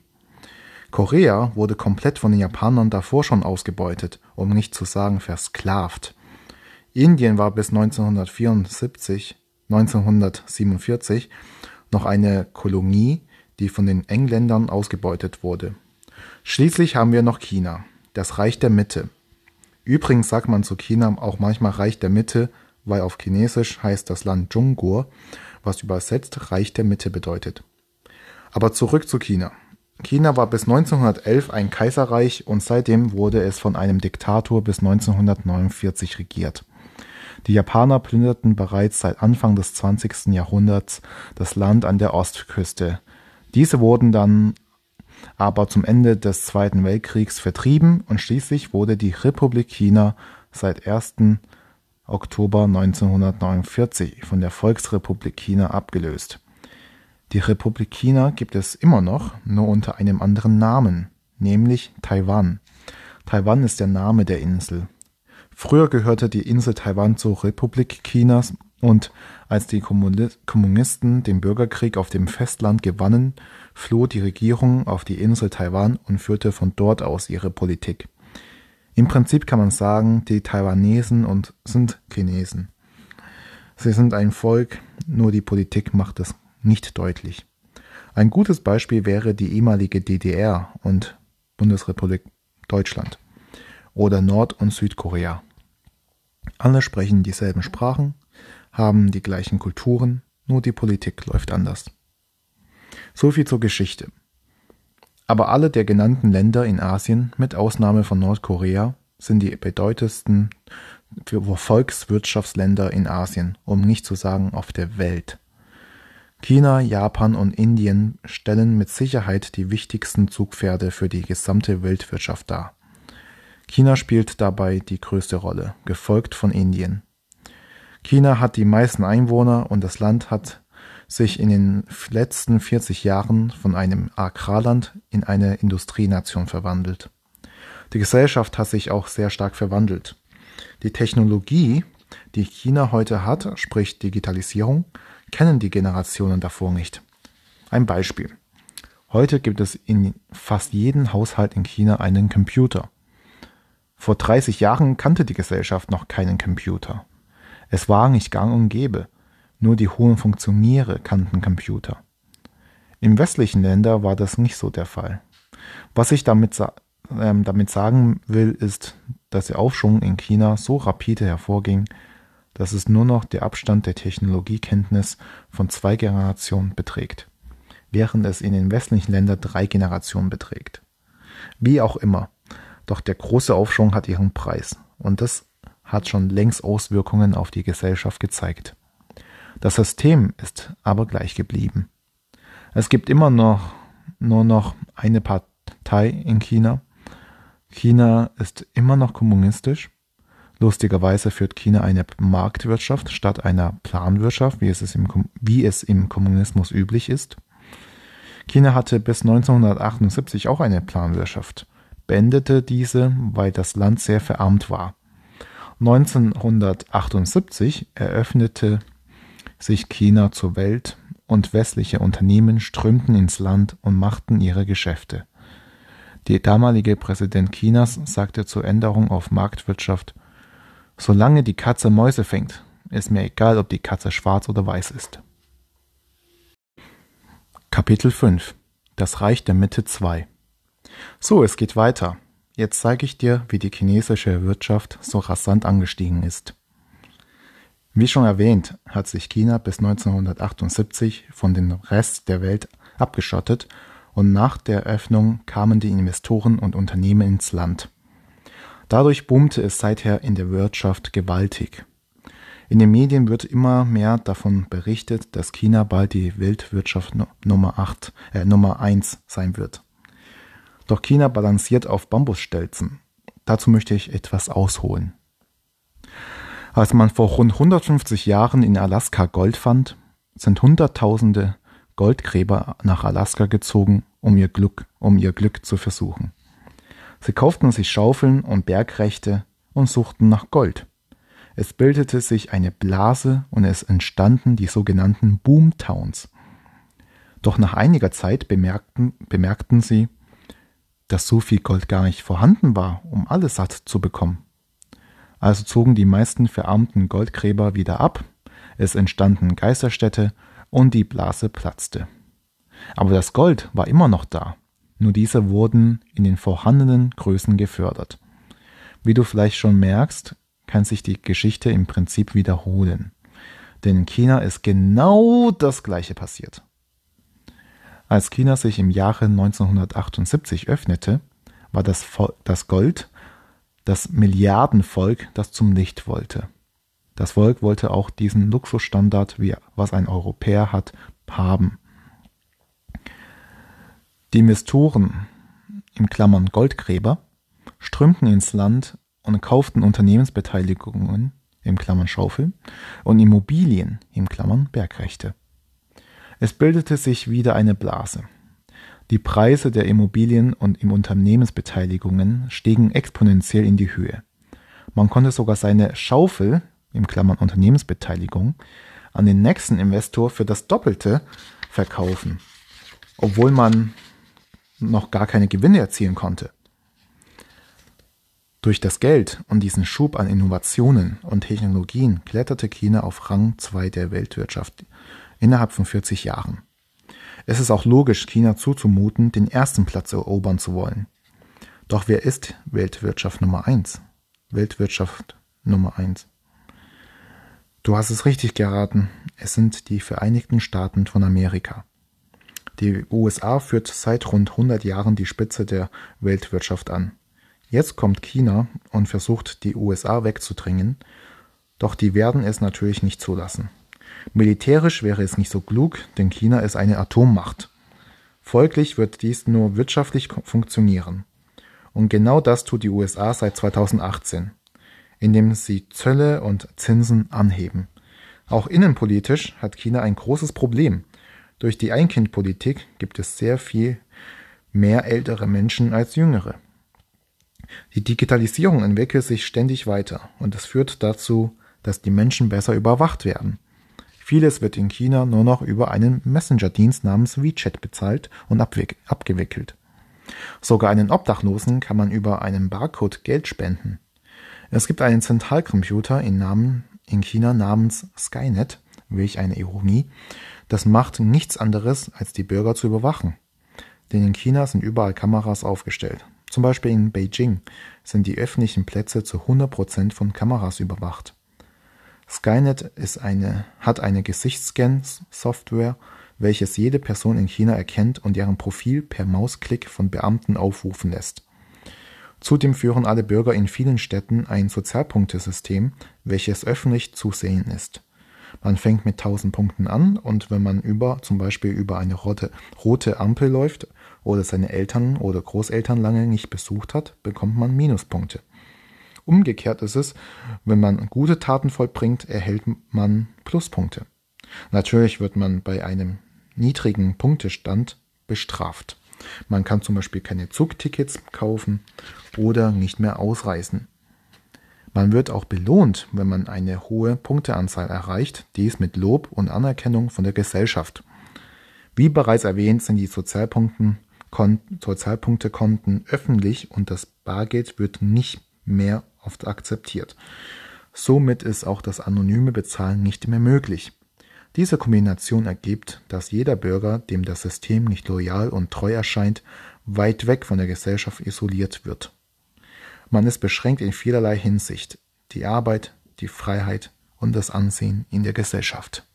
S1: Korea wurde komplett von den Japanern davor schon ausgebeutet, um nicht zu sagen versklavt. Indien war bis neunzehnhundertvierundsiebzig, neunzehnhundertsiebenundvierzig noch eine Kolonie, die von den Engländern ausgebeutet wurde. Schließlich haben wir noch China, das Reich der Mitte. Übrigens sagt man zu China auch manchmal Reich der Mitte, weil auf Chinesisch heißt das Land Zhongguo, was übersetzt Reich der Mitte bedeutet. Aber zurück zu China. China war bis neunzehnhundertelf ein Kaiserreich und seitdem wurde es von einem Diktator bis neunzehnhundertneunundvierzig regiert. Die Japaner plünderten bereits seit Anfang des zwanzigsten Jahrhunderts das Land an der Ostküste. Diese wurden dann aber zum Ende des Zweiten Weltkriegs vertrieben und schließlich wurde die Republik China seit ersten Oktober neunzehnhundertneunundvierzig von der Volksrepublik China abgelöst. Die Republik China gibt es immer noch, nur unter einem anderen Namen, nämlich Taiwan. Taiwan ist der Name der Insel. Früher gehörte die Insel Taiwan zur Republik Chinas und als die Kommunisten den Bürgerkrieg auf dem Festland gewannen, floh die Regierung auf die Insel Taiwan und führte von dort aus ihre Politik. Im Prinzip kann man sagen, die Taiwanesen und sind Chinesen. Sie sind ein Volk, nur die Politik macht es nicht deutlich. Ein gutes Beispiel wäre die ehemalige D D R und Bundesrepublik Deutschland oder Nord- und Südkorea. Alle sprechen dieselben Sprachen, haben die gleichen Kulturen, nur die Politik läuft anders. So viel zur Geschichte. Aber alle der genannten Länder in Asien, mit Ausnahme von Nordkorea, sind die bedeutendsten Volkswirtschaftsländer in Asien, um nicht zu sagen auf der Welt. China, Japan und Indien stellen mit Sicherheit die wichtigsten Zugpferde für die gesamte Weltwirtschaft dar. China spielt dabei die größte Rolle, gefolgt von Indien. China hat die meisten Einwohner und das Land hat sich in den letzten vierzig Jahren von einem Agrarland in eine Industrienation verwandelt. Die Gesellschaft hat sich auch sehr stark verwandelt. Die Technologie, die China heute hat, sprich Digitalisierung, kennen die Generationen davor nicht. Ein Beispiel. Heute gibt es in fast jedem Haushalt in China einen Computer. Vor dreißig Jahren kannte die Gesellschaft noch keinen Computer. Es war nicht gang und gäbe. Nur die hohen Funktionäre kannten Computer. In westlichen Ländern war das nicht so der Fall. Was ich damit, sa- äh, damit sagen will, ist, dass der Aufschwung in China so rapide hervorging, dass es nur noch der Abstand der Technologiekenntnis von zwei Generationen beträgt, während es in den westlichen Ländern drei Generationen beträgt. Wie auch immer, doch der große Aufschwung hat ihren Preis und das hat schon längst Auswirkungen auf die Gesellschaft gezeigt. Das System ist aber gleich geblieben. Es gibt immer noch nur noch eine Partei in China. China ist immer noch kommunistisch. Lustigerweise führt China eine Marktwirtschaft statt einer Planwirtschaft, wie es, ist im, wie es im Kommunismus üblich ist. China hatte bis neunzehnhundertachtundsiebzig auch eine Planwirtschaft, beendete diese, weil das Land sehr verarmt war. neunzehnhundertachtundsiebzig eröffnete sich China zur Welt und westliche Unternehmen strömten ins Land und machten ihre Geschäfte. Der damalige Präsident Chinas sagte zur Änderung auf Marktwirtschaft: Solange die Katze Mäuse fängt, ist mir egal, ob die Katze schwarz oder weiß ist. Kapitel fünf. Das Reich der Mitte zwei. So, es geht weiter. Jetzt zeige ich dir, wie die chinesische Wirtschaft so rasant angestiegen ist. Wie schon erwähnt, hat sich China bis neunzehnhundertachtundsiebzig von dem Rest der Welt abgeschottet und nach der Öffnung kamen die Investoren und Unternehmen ins Land. Dadurch boomte es seither in der Wirtschaft gewaltig. In den Medien wird immer mehr davon berichtet, dass China bald die Weltwirtschaft Nummer acht, äh, Nummer eins sein wird. Doch China balanciert auf Bambusstelzen. Dazu möchte ich etwas ausholen. Als man vor rund hundertfünfzig Jahren in Alaska Gold fand, sind Hunderttausende Goldgräber nach Alaska gezogen, um ihr Glück, um ihr Glück zu versuchen. Sie kauften sich Schaufeln und Bergrechte und suchten nach Gold. Es bildete sich eine Blase und es entstanden die sogenannten Boomtowns. Doch nach einiger Zeit bemerkten, bemerkten sie, dass so viel Gold gar nicht vorhanden war, um alles satt zu bekommen. Also zogen die meisten verarmten Goldgräber wieder ab, es entstanden Geisterstädte und die Blase platzte. Aber das Gold war immer noch da, nur diese wurden in den vorhandenen Größen gefördert. Wie du vielleicht schon merkst, kann sich die Geschichte im Prinzip wiederholen. Denn in China ist genau das Gleiche passiert. Als China sich im Jahre neunzehnhundertachtundsiebzig öffnete, war das, das Gold das Milliardenvolk, das zum Licht wollte. Das Volk wollte auch diesen Luxusstandard, wie was ein Europäer hat, haben. Die Investoren, in Klammern Goldgräber, strömten ins Land und kauften Unternehmensbeteiligungen, in Klammern Schaufeln, und Immobilien, in Klammern Bergrechte. Es bildete sich wieder eine Blase. Die Preise der Immobilien und im Unternehmensbeteiligungen stiegen exponentiell in die Höhe. Man konnte sogar seine Schaufel, in Klammern Unternehmensbeteiligung, an den nächsten Investor für das Doppelte verkaufen, obwohl man noch gar keine Gewinne erzielen konnte. Durch das Geld und diesen Schub an Innovationen und Technologien kletterte China auf Rang zwei der Weltwirtschaft innerhalb von vierzig Jahren. Es ist auch logisch, China zuzumuten, den ersten Platz erobern zu wollen. Doch wer ist Weltwirtschaft Nummer eins? Weltwirtschaft Nummer eins. Du hast es richtig geraten, es sind die Vereinigten Staaten von Amerika. Die U S A führt seit rund hundert Jahren die Spitze der Weltwirtschaft an. Jetzt kommt China und versucht, die U S A wegzudrängen, doch die werden es natürlich nicht zulassen. Militärisch wäre es nicht so klug, denn China ist eine Atommacht. Folglich wird dies nur wirtschaftlich funktionieren. Und genau das tut die U S A seit zweitausendachtzehn, indem sie Zölle und Zinsen anheben. Auch innenpolitisch hat China ein großes Problem. Durch die Ein-Kind-Politik gibt es sehr viel mehr ältere Menschen als jüngere. Die Digitalisierung entwickelt sich ständig weiter und es führt dazu, dass die Menschen besser überwacht werden. Vieles wird in China nur noch über einen Messenger-Dienst namens WeChat bezahlt und abgewickelt. Sogar einen Obdachlosen kann man über einen Barcode Geld spenden. Es gibt einen Zentralcomputer in, Namen, in China namens Skynet, welch eine Ironie, das macht nichts anderes, als die Bürger zu überwachen. Denn in China sind überall Kameras aufgestellt. Zum Beispiel in Beijing sind die öffentlichen Plätze zu hundert Prozent von Kameras überwacht. Skynet ist eine, hat eine Gesichtsscan-Software, welches jede Person in China erkennt und deren Profil per Mausklick von Beamten aufrufen lässt. Zudem führen alle Bürger in vielen Städten ein Sozialpunktesystem, welches öffentlich zu sehen ist. Man fängt mit tausend Punkten an und wenn man über, zum Beispiel über eine rote, rote Ampel läuft oder seine Eltern oder Großeltern lange nicht besucht hat, bekommt man Minuspunkte. Umgekehrt ist es, wenn man gute Taten vollbringt, erhält man Pluspunkte. Natürlich wird man bei einem niedrigen Punktestand bestraft. Man kann zum Beispiel keine Zugtickets kaufen oder nicht mehr ausreisen. Man wird auch belohnt, wenn man eine hohe Punkteanzahl erreicht, dies mit Lob und Anerkennung von der Gesellschaft. Wie bereits erwähnt, sind die Sozialpunkten, Sozialpunktekonten öffentlich und das Bargeld wird nicht mehr oft akzeptiert. Somit ist auch das anonyme Bezahlen nicht mehr möglich. Diese Kombination ergibt, dass jeder Bürger, dem das System nicht loyal und treu erscheint, weit weg von der Gesellschaft isoliert wird. Man ist beschränkt in vielerlei Hinsicht: die Arbeit, die Freiheit und das Ansehen in der Gesellschaft.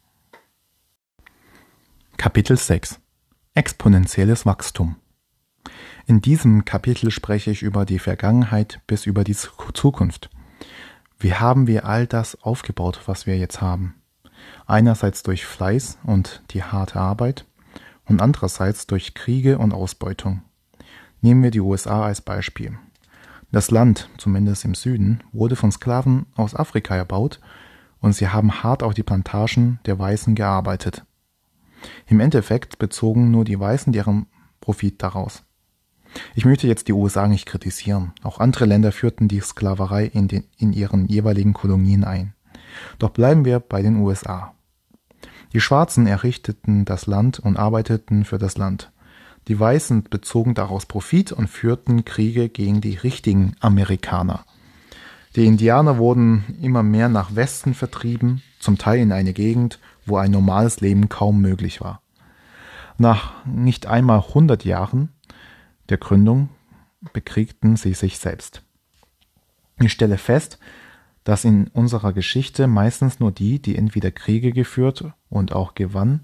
S1: Kapitel sechs: Exponentielles Wachstum. In diesem Kapitel spreche ich über die Vergangenheit bis über die Zukunft. Wie haben wir all das aufgebaut, was wir jetzt haben? Einerseits durch Fleiß und die harte Arbeit und andererseits durch Kriege und Ausbeutung. Nehmen wir die U S A als Beispiel. Das Land, zumindest im Süden, wurde von Sklaven aus Afrika erbaut und sie haben hart auf die Plantagen der Weißen gearbeitet. Im Endeffekt bezogen nur die Weißen deren Profit daraus. Ich möchte jetzt die U S A nicht kritisieren. Auch andere Länder führten die Sklaverei in, den, in ihren jeweiligen Kolonien ein. Doch bleiben wir bei den U S A. Die Schwarzen errichteten das Land und arbeiteten für das Land. Die Weißen bezogen daraus Profit und führten Kriege gegen die richtigen Amerikaner. Die Indianer wurden immer mehr nach Westen vertrieben, zum Teil in eine Gegend, wo ein normales Leben kaum möglich war. Nach nicht einmal hundert Jahren der Gründung bekriegten sie sich selbst. Ich stelle fest, dass in unserer Geschichte meistens nur die, die entweder Kriege geführt und auch gewann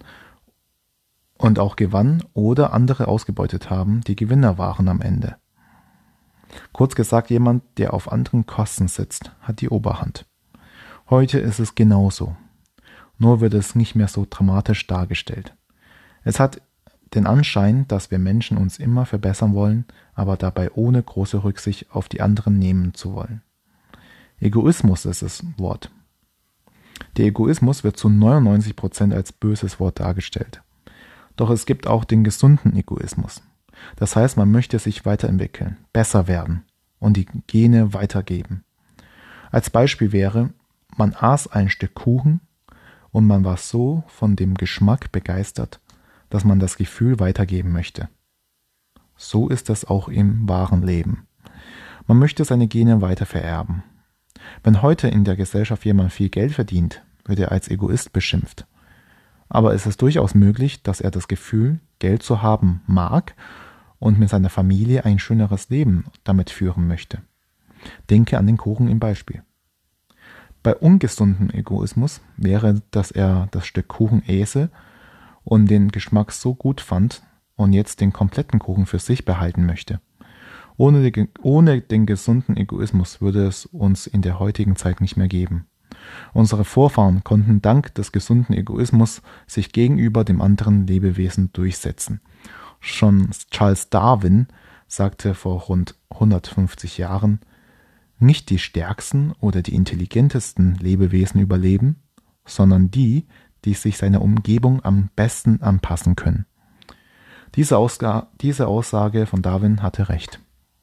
S1: und auch gewann oder andere ausgebeutet haben, die Gewinner waren am Ende. Kurz gesagt, jemand, der auf anderen Kosten sitzt, hat die Oberhand. Heute ist es genauso. Nur wird es nicht mehr so dramatisch dargestellt. Es hat den Anschein, dass wir Menschen uns immer verbessern wollen, aber dabei ohne große Rücksicht auf die anderen nehmen zu wollen. Egoismus ist das Wort. Der Egoismus wird zu neunundneunzig Prozent als böses Wort dargestellt. Doch es gibt auch den gesunden Egoismus. Das heißt, man möchte sich weiterentwickeln, besser werden und die Gene weitergeben. Als Beispiel wäre, man aß ein Stück Kuchen und man war so von dem Geschmack begeistert, dass man das Gefühl weitergeben möchte. So ist es auch im wahren Leben. Man möchte seine Gene weiter vererben. Wenn heute in der Gesellschaft jemand viel Geld verdient, wird er als Egoist beschimpft. Aber es ist durchaus möglich, dass er das Gefühl, Geld zu haben mag und mit seiner Familie ein schöneres Leben damit führen möchte. Denke an den Kuchen im Beispiel. Bei ungesundem Egoismus wäre, dass er das Stück Kuchen äße und den Geschmack so gut fand und jetzt den kompletten Kuchen für sich behalten möchte. Ohne, die, ohne den gesunden Egoismus würde es uns in der heutigen Zeit nicht mehr geben. Unsere Vorfahren konnten dank des gesunden Egoismus sich gegenüber dem anderen Lebewesen durchsetzen. Schon Charles Darwin sagte vor rund hundertfünfzig Jahren, nicht die stärksten oder die intelligentesten Lebewesen überleben, sondern die, die sich seiner Umgebung am besten anpassen können. Diese, Ausga- diese Aussage von Darwin hatte recht.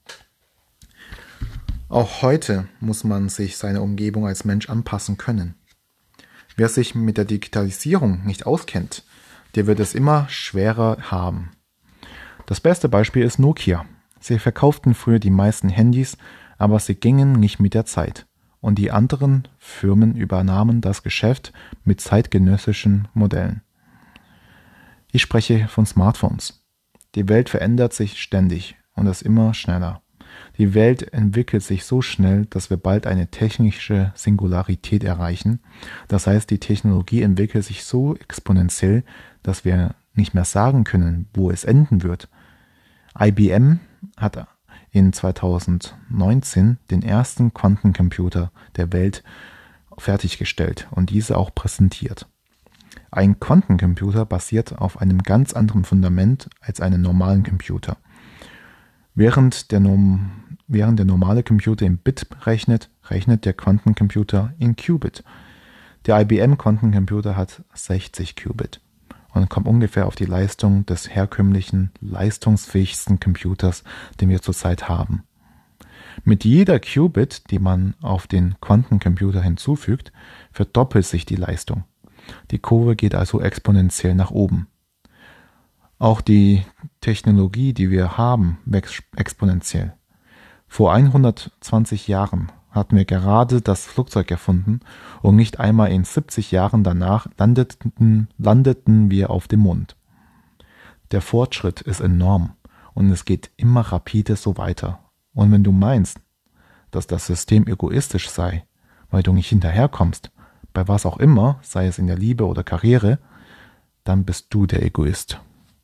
S1: Auch heute muss man sich seiner Umgebung als Mensch anpassen können. Wer sich mit der Digitalisierung nicht auskennt, der wird es immer schwerer haben. Das beste Beispiel ist Nokia. Sie verkauften früher die meisten Handys, aber sie gingen nicht mit der Zeit. Und die anderen Firmen übernahmen das Geschäft mit zeitgenössischen Modellen. Ich spreche von Smartphones. Die Welt verändert sich ständig und das immer schneller. Die Welt entwickelt sich so schnell, dass wir bald eine technische Singularität erreichen. Das heißt, die Technologie entwickelt sich so exponentiell, dass wir nicht mehr sagen können, wo es enden wird. I B M hat in zweitausendneunzehn den ersten Quantencomputer der Welt fertiggestellt und diese auch präsentiert. Ein Quantencomputer basiert auf einem ganz anderen Fundament als einen normalen Computer. Während der, Norm, während der normale Computer in Bit rechnet, rechnet der Quantencomputer in Qubit. Der I B M Quantencomputer hat sechzig Qubit und kommt ungefähr auf die Leistung des herkömmlichen, leistungsfähigsten Computers, den wir zurzeit haben. Mit jeder Qubit, die man auf den Quantencomputer hinzufügt, verdoppelt sich die Leistung. Die Kurve geht also exponentiell nach oben. Auch die Technologie, die wir haben, wächst exponentiell. Vor hundertzwanzig Jahren hatten wir gerade das Flugzeug erfunden und nicht einmal in siebzig Jahren danach landeten, landeten wir auf dem Mond. Der Fortschritt ist enorm und es geht immer rapide so weiter. Und wenn du meinst, dass das System egoistisch sei, weil du nicht hinterherkommst, bei was auch immer, sei es in der Liebe oder Karriere, dann bist du der Egoist.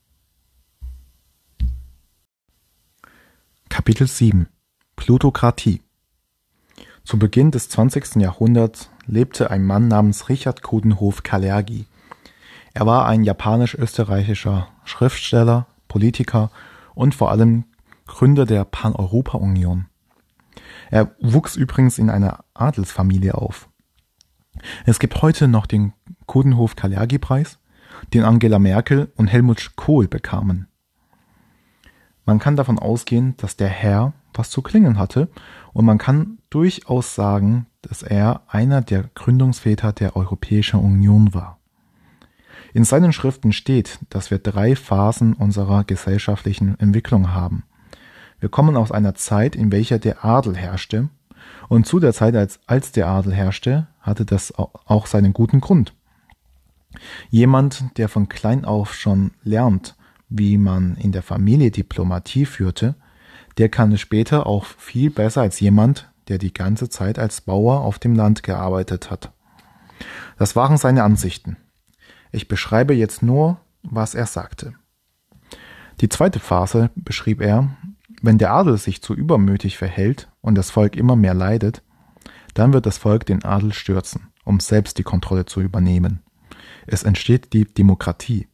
S1: Kapitel sieben. Plutokratie. Zu Beginn des zwanzigsten Jahrhunderts lebte ein Mann namens Richard Coudenhove-Kalergi. Er war ein japanisch-österreichischer Schriftsteller, Politiker und vor allem Gründer der Pan-Europa-Union. Er wuchs übrigens in einer Adelsfamilie auf. Es gibt heute noch den Coudenhove-Kalergi-Preis, den Angela Merkel und Helmut Kohl bekamen. Man kann davon ausgehen, dass der Herr was zu klingen hatte und man kann durchaus sagen, dass er einer der Gründungsväter der Europäischen Union war. In seinen Schriften steht, dass wir drei Phasen unserer gesellschaftlichen Entwicklung haben. Wir kommen aus einer Zeit, in welcher der Adel herrschte, und zu der Zeit, als, als der Adel herrschte, hatte das auch seinen guten Grund. Jemand, der von klein auf schon lernt, wie man in der Familie Diplomatie führte, der kann es später auch viel besser als jemand, der die ganze Zeit als Bauer auf dem Land gearbeitet hat. Das waren seine Ansichten. Ich beschreibe jetzt nur, was er sagte. Die zweite Phase beschrieb er: Wenn der Adel sich zu übermütig verhält und das Volk immer mehr leidet, dann wird das Volk den Adel stürzen, um selbst die Kontrolle zu übernehmen. Es entsteht die Demokratie.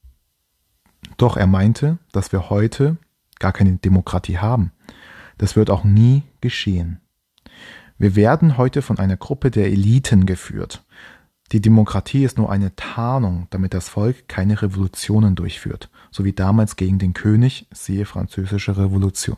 S1: Doch er meinte, dass wir heute gar keine Demokratie haben. Das wird auch nie geschehen. Wir werden heute von einer Gruppe der Eliten geführt. Die Demokratie ist nur eine Tarnung, damit das Volk keine Revolutionen durchführt, so wie damals gegen den König, siehe Französische Revolution.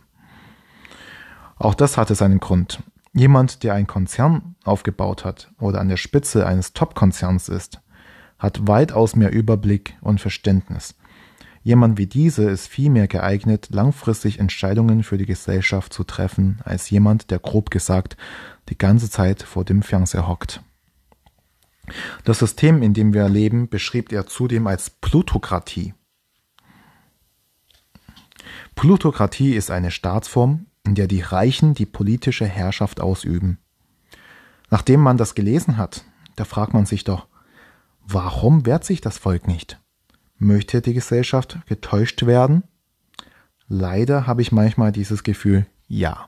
S1: Auch das hatte seinen Grund. Jemand, der einen Konzern aufgebaut hat oder an der Spitze eines Top-Konzerns ist, hat weitaus mehr Überblick und Verständnis. Jemand wie diese ist viel mehr geeignet, langfristig Entscheidungen für die Gesellschaft zu treffen, als jemand, der grob gesagt die ganze Zeit vor dem Fernseher hockt. Das System, in dem wir leben, beschrieb er zudem als Plutokratie. Plutokratie ist eine Staatsform, in der die Reichen die politische Herrschaft ausüben. Nachdem man das gelesen hat, da fragt man sich doch, warum wehrt sich das Volk nicht? Möchte die Gesellschaft getäuscht werden? Leider habe ich manchmal dieses Gefühl, ja.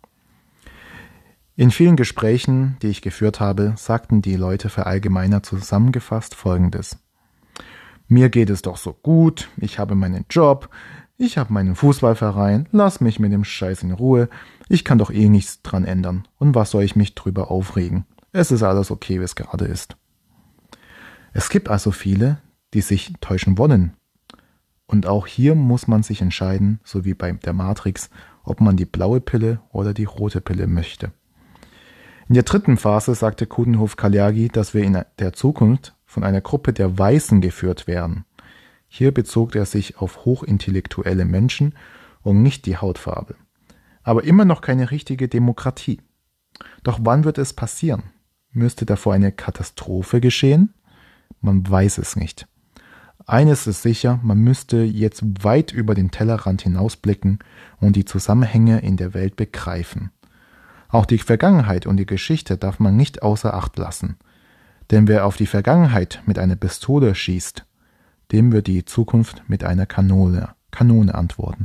S1: In vielen Gesprächen, die ich geführt habe, sagten die Leute verallgemeiner zusammengefasst Folgendes: Mir geht es doch so gut, ich habe meinen Job, ich habe meinen Fußballverein, lass mich mit dem Scheiß in Ruhe, ich kann doch eh nichts dran ändern und was soll ich mich drüber aufregen? Es ist alles okay, wie es gerade ist. Es gibt also viele, die sich täuschen wollen. Und auch hier muss man sich entscheiden, so wie bei der Matrix, ob man die blaue Pille oder die rote Pille möchte. In der dritten Phase sagte Coudenhove-Kalergi, dass wir in der Zukunft von einer Gruppe der Weißen geführt werden. Hier bezog er sich auf hochintellektuelle Menschen und nicht die Hautfarbe. Aber immer noch keine richtige Demokratie. Doch wann wird es passieren? Müsste davor eine Katastrophe geschehen? Man weiß es nicht. Eines ist sicher, man müsste jetzt weit über den Tellerrand hinausblicken und die Zusammenhänge in der Welt begreifen. Auch die Vergangenheit und die Geschichte darf man nicht außer Acht lassen. Denn wer auf die Vergangenheit mit einer Pistole schießt, dem wird die Zukunft mit einer Kanone, Kanone antworten.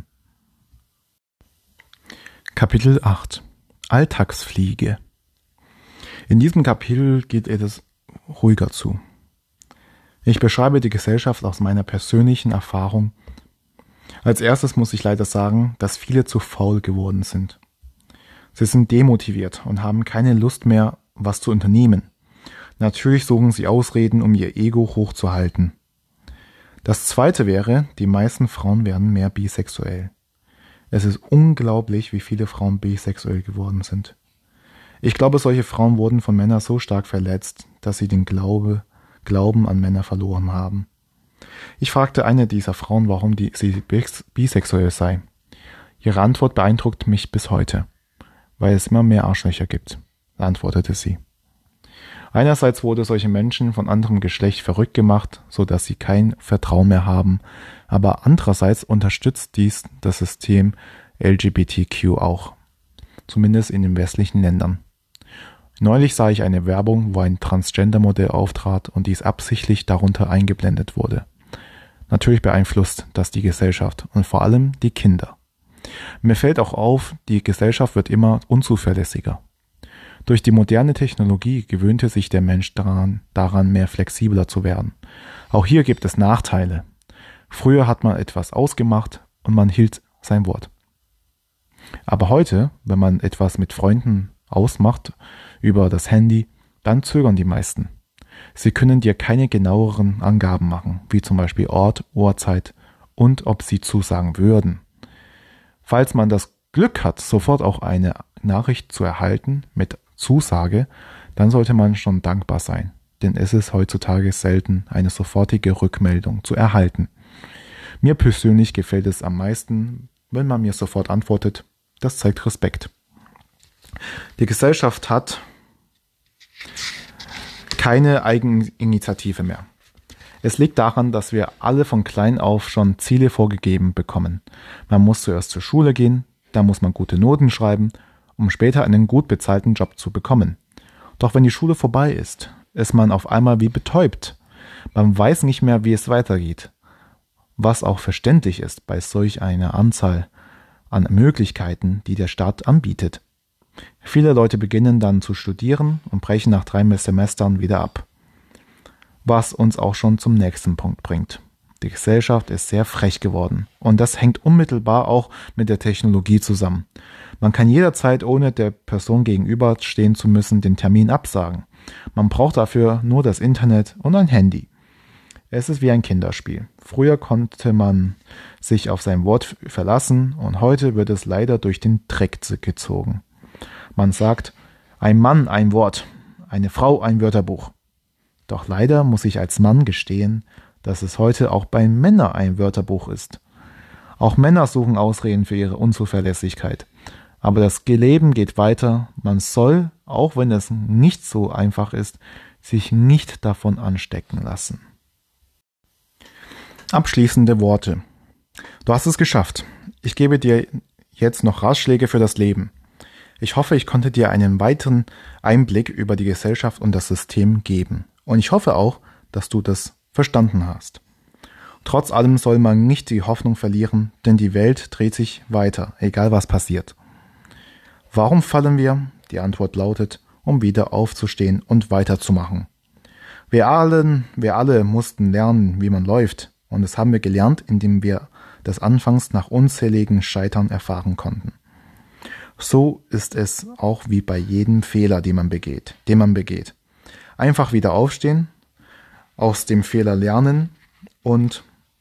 S1: Kapitel acht. Alltagsfliege. In diesem Kapitel geht es ruhiger zu. Ich beschreibe die Gesellschaft aus meiner persönlichen Erfahrung. Als erstes muss ich leider sagen, dass viele zu faul geworden sind. Sie sind demotiviert und haben keine Lust mehr, was zu unternehmen. Natürlich suchen sie Ausreden, um ihr Ego hochzuhalten. Das zweite wäre, die meisten Frauen werden mehr bisexuell. Es ist unglaublich, wie viele Frauen bisexuell geworden sind. Ich glaube, solche Frauen wurden von Männern so stark verletzt, dass sie den Glaube Glauben an Männer verloren haben. Ich fragte eine dieser Frauen, warum die, sie bisexuell sei. Ihre Antwort beeindruckt mich bis heute, weil es immer mehr Arschlöcher gibt, antwortete sie. Einerseits wurde solche Menschen von anderem Geschlecht verrückt gemacht, so dass sie kein Vertrauen mehr haben, aber andererseits unterstützt dies das System L G B T Q auch, zumindest in den westlichen Ländern. Neulich sah ich eine Werbung, wo ein Transgender-Modell auftrat und dies absichtlich darunter eingeblendet wurde. Natürlich beeinflusst das die Gesellschaft und vor allem die Kinder. Mir fällt auch auf, die Gesellschaft wird immer unzuverlässiger. Durch die moderne Technologie gewöhnte sich der Mensch daran, daran mehr flexibler zu werden. Auch hier gibt es Nachteile. Früher hat man etwas ausgemacht und man hielt sein Wort. Aber heute, wenn man etwas mit Freunden ausmacht über das Handy, dann zögern die meisten. Sie können dir keine genaueren Angaben machen, wie zum Beispiel Ort, Uhrzeit und ob sie zusagen würden. Falls man das Glück hat, sofort auch eine Nachricht zu erhalten mit Zusage, dann sollte man schon dankbar sein, denn es ist heutzutage selten, eine sofortige Rückmeldung zu erhalten. Mir persönlich gefällt es am meisten, wenn man mir sofort antwortet. Das zeigt Respekt. Die Gesellschaft hat keine Eigeninitiative mehr. Es liegt daran, dass wir alle von klein auf schon Ziele vorgegeben bekommen. Man muss zuerst zur Schule gehen, dann muss man gute Noten schreiben, um später einen gut bezahlten Job zu bekommen. Doch wenn die Schule vorbei ist, ist man auf einmal wie betäubt. Man weiß nicht mehr, wie es weitergeht. Was auch verständlich ist bei solch einer Anzahl an Möglichkeiten, die der Staat anbietet. Viele Leute beginnen dann zu studieren und brechen nach drei Semestern wieder ab. Was uns auch schon zum nächsten Punkt bringt. Die Gesellschaft ist sehr frech geworden und das hängt unmittelbar auch mit der Technologie zusammen. Man kann jederzeit, ohne der Person gegenüberstehen zu müssen, den Termin absagen. Man braucht dafür nur das Internet und ein Handy. Es ist wie ein Kinderspiel. Früher konnte man sich auf sein Wort verlassen und heute wird es leider durch den Dreck gezogen. Man sagt, ein Mann ein Wort, eine Frau ein Wörterbuch. Doch leider muss ich als Mann gestehen, dass es heute auch bei Männern ein Wörterbuch ist. Auch Männer suchen Ausreden für ihre Unzuverlässigkeit. Aber das Leben geht weiter. Man soll, auch wenn es nicht so einfach ist, sich nicht davon anstecken lassen. Abschließende Worte. Du hast es geschafft. Ich gebe dir jetzt noch Ratschläge für das Leben. Ich hoffe, ich konnte dir einen weiteren Einblick über die Gesellschaft und das System geben. Und ich hoffe auch, dass du das verstanden hast. Trotz allem soll man nicht die Hoffnung verlieren, denn die Welt dreht sich weiter, egal was passiert. Warum fallen wir? Die Antwort lautet, um wieder aufzustehen und weiterzumachen. Wir alle, wir alle mussten lernen, wie man läuft. Und das haben wir gelernt, indem wir das anfangs nach unzähligen Scheitern erfahren konnten. So ist es auch wie bei jedem Fehler, den man begeht, den man begeht. Einfach wieder aufstehen, aus dem Fehler lernen und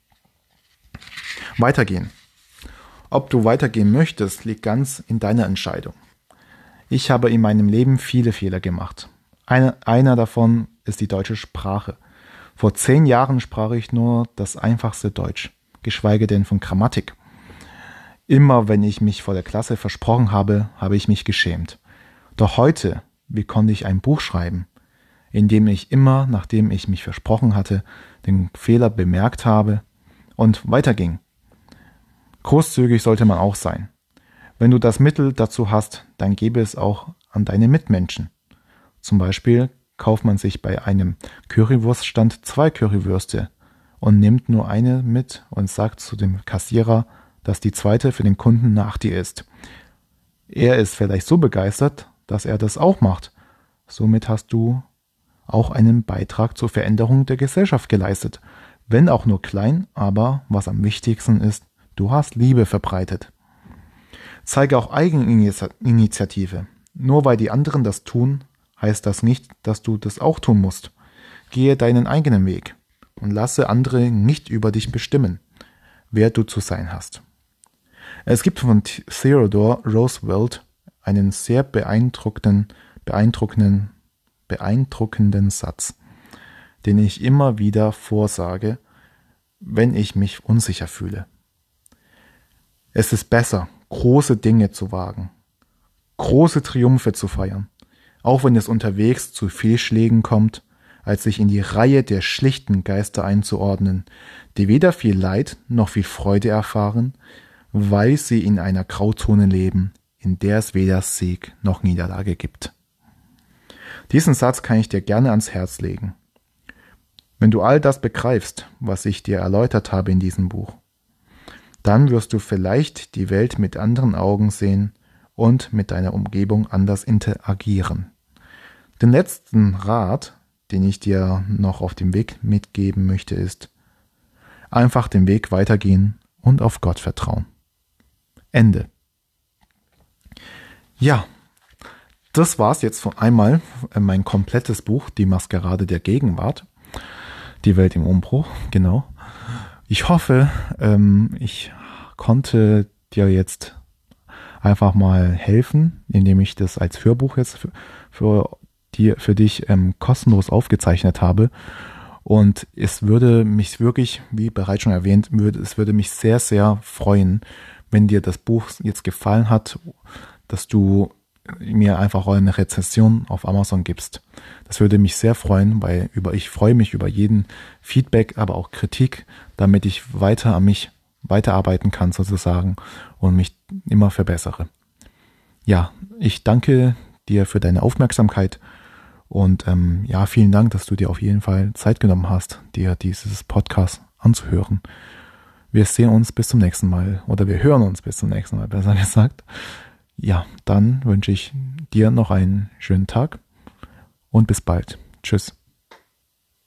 S1: weitergehen. Ob du weitergehen möchtest, liegt ganz in deiner Entscheidung. Ich habe in meinem Leben viele Fehler gemacht. Eine, einer davon ist die deutsche Sprache. Vor zehn Jahren sprach ich nur das einfachste Deutsch, geschweige denn von Grammatik. Immer wenn ich mich vor der Klasse versprochen habe, habe ich mich geschämt. Doch heute, wie konnte ich ein Buch schreiben, in dem ich immer, nachdem ich mich versprochen hatte, den Fehler bemerkt habe und weiterging. Großzügig sollte man auch sein. Wenn du das Mittel dazu hast, dann gebe es auch an deine Mitmenschen. Zum Beispiel kauft man sich bei einem Currywurststand zwei Currywürste und nimmt nur eine mit und sagt zu dem Kassierer, dass die zweite für den Kunden nach dir ist. Er ist vielleicht so begeistert, dass er das auch macht. Somit hast du auch einen Beitrag zur Veränderung der Gesellschaft geleistet. Wenn auch nur klein, aber was am wichtigsten ist, du hast Liebe verbreitet. Zeige auch Eigeninitiative. Nur weil die anderen das tun, heißt das nicht, dass du das auch tun musst. Gehe deinen eigenen Weg und lasse andere nicht über dich bestimmen, wer du zu sein hast. Es gibt von Theodore Roosevelt einen sehr beeindruckenden, beeindruckenden, beeindruckenden Satz, den ich immer wieder vorsage, wenn ich mich unsicher fühle. Es ist besser, große Dinge zu wagen, große Triumphe zu feiern, auch wenn es unterwegs zu Fehlschlägen kommt, als sich in die Reihe der schlichten Geister einzuordnen, die weder viel Leid noch viel Freude erfahren, weil sie in einer Grauzone leben, in der es weder Sieg noch Niederlage gibt. Diesen Satz kann ich dir gerne ans Herz legen. Wenn du all das begreifst, was ich dir erläutert habe in diesem Buch, dann wirst du vielleicht die Welt mit anderen Augen sehen und mit deiner Umgebung anders interagieren. Den letzten Rat, den ich dir noch auf dem Weg mitgeben möchte, ist: einfach den Weg weitergehen und auf Gott vertrauen. Ende. Ja, das war's jetzt von einmal, mein komplettes Buch, Die Maskerade der Gegenwart. Die Welt im Umbruch, genau. Ich hoffe, ähm, ich konnte dir jetzt einfach mal helfen, indem ich das als Hörbuch jetzt für, für, die, für dich ähm, kostenlos aufgezeichnet habe. Und es würde mich wirklich, wie bereits schon erwähnt, würde, es würde mich sehr, sehr freuen, wenn dir das Buch jetzt gefallen hat, dass du mir einfach eine Rezension auf Amazon gibst. Das würde mich sehr freuen, weil über ich freue mich über jeden Feedback, aber auch Kritik, damit ich weiter an mich weiterarbeiten kann sozusagen und mich immer verbessere. Ja, ich danke dir für deine Aufmerksamkeit und ähm, ja, vielen Dank, dass du dir auf jeden Fall Zeit genommen hast, dir dieses Podcast anzuhören. Wir sehen uns bis zum nächsten Mal oder wir hören uns bis zum nächsten Mal, besser gesagt. Ja, dann wünsche ich dir noch einen schönen Tag und bis bald. Tschüss.